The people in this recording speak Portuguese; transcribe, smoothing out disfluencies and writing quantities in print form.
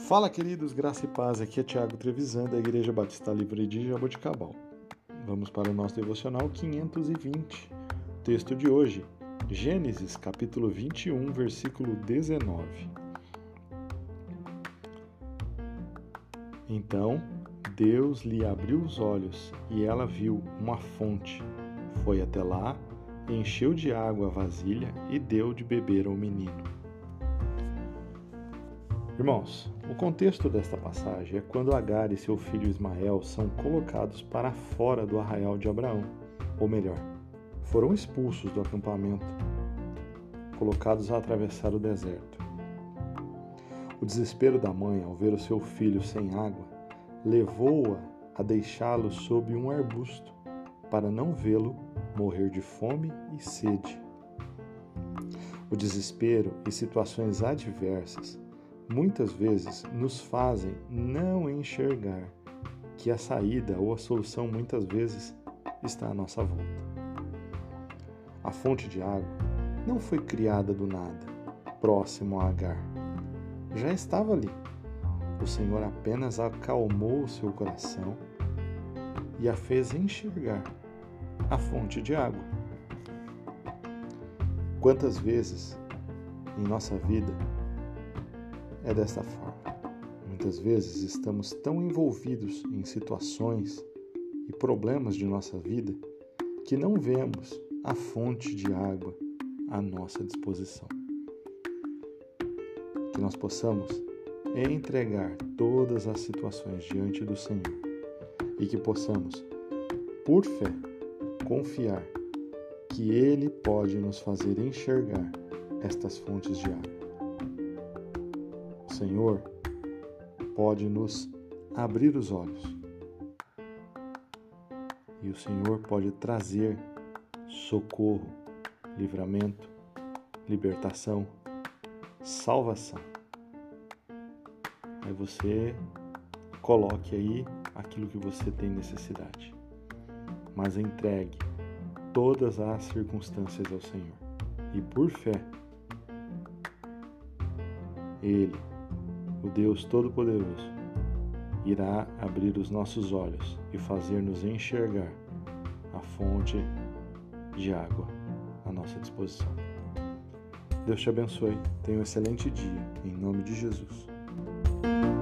Fala, queridos, graça e paz, aqui é Tiago Trevisan, da Igreja Batista Livre de Jaboticabal. Vamos para o nosso devocional 520, texto de hoje, Gênesis, capítulo 21, versículo 19. Então, Deus lhe abriu os olhos e ela viu uma fonte. Foi até lá, encheu de água a vasilha e deu de beber ao menino. Irmãos, o contexto desta passagem é quando Agar e seu filho Ismael são colocados para fora do arraial de Abraão, ou melhor, foram expulsos do acampamento, colocados a atravessar o deserto. O desespero da mãe ao ver o seu filho sem água levou-a a deixá-lo sob um arbusto para não vê-lo morrer de fome e sede. O desespero e situações adversas muitas vezes nos fazem não enxergar que a saída ou a solução muitas vezes está à nossa volta. A fonte de água não foi criada do nada, próximo a Agar. Já estava ali. O Senhor apenas acalmou o seu coração e a fez enxergar a fonte de água. Quantas vezes em nossa vida é desta forma. Muitas vezes estamos tão envolvidos em situações e problemas de nossa vida que não vemos a fonte de água à nossa disposição. Que nós possamos entregar todas as situações diante do Senhor e que possamos, por fé, confiar que Ele pode nos fazer enxergar estas fontes de água. O Senhor pode nos abrir os olhos e o Senhor pode trazer socorro, livramento, libertação, salvação. Aí você coloque aí aquilo que você tem necessidade, mas entregue todas as circunstâncias ao Senhor e por fé Ele, o Deus Todo-Poderoso, irá abrir os nossos olhos e fazer-nos enxergar a fonte de água à nossa disposição. Deus te abençoe. Tenha um excelente dia, em nome de Jesus.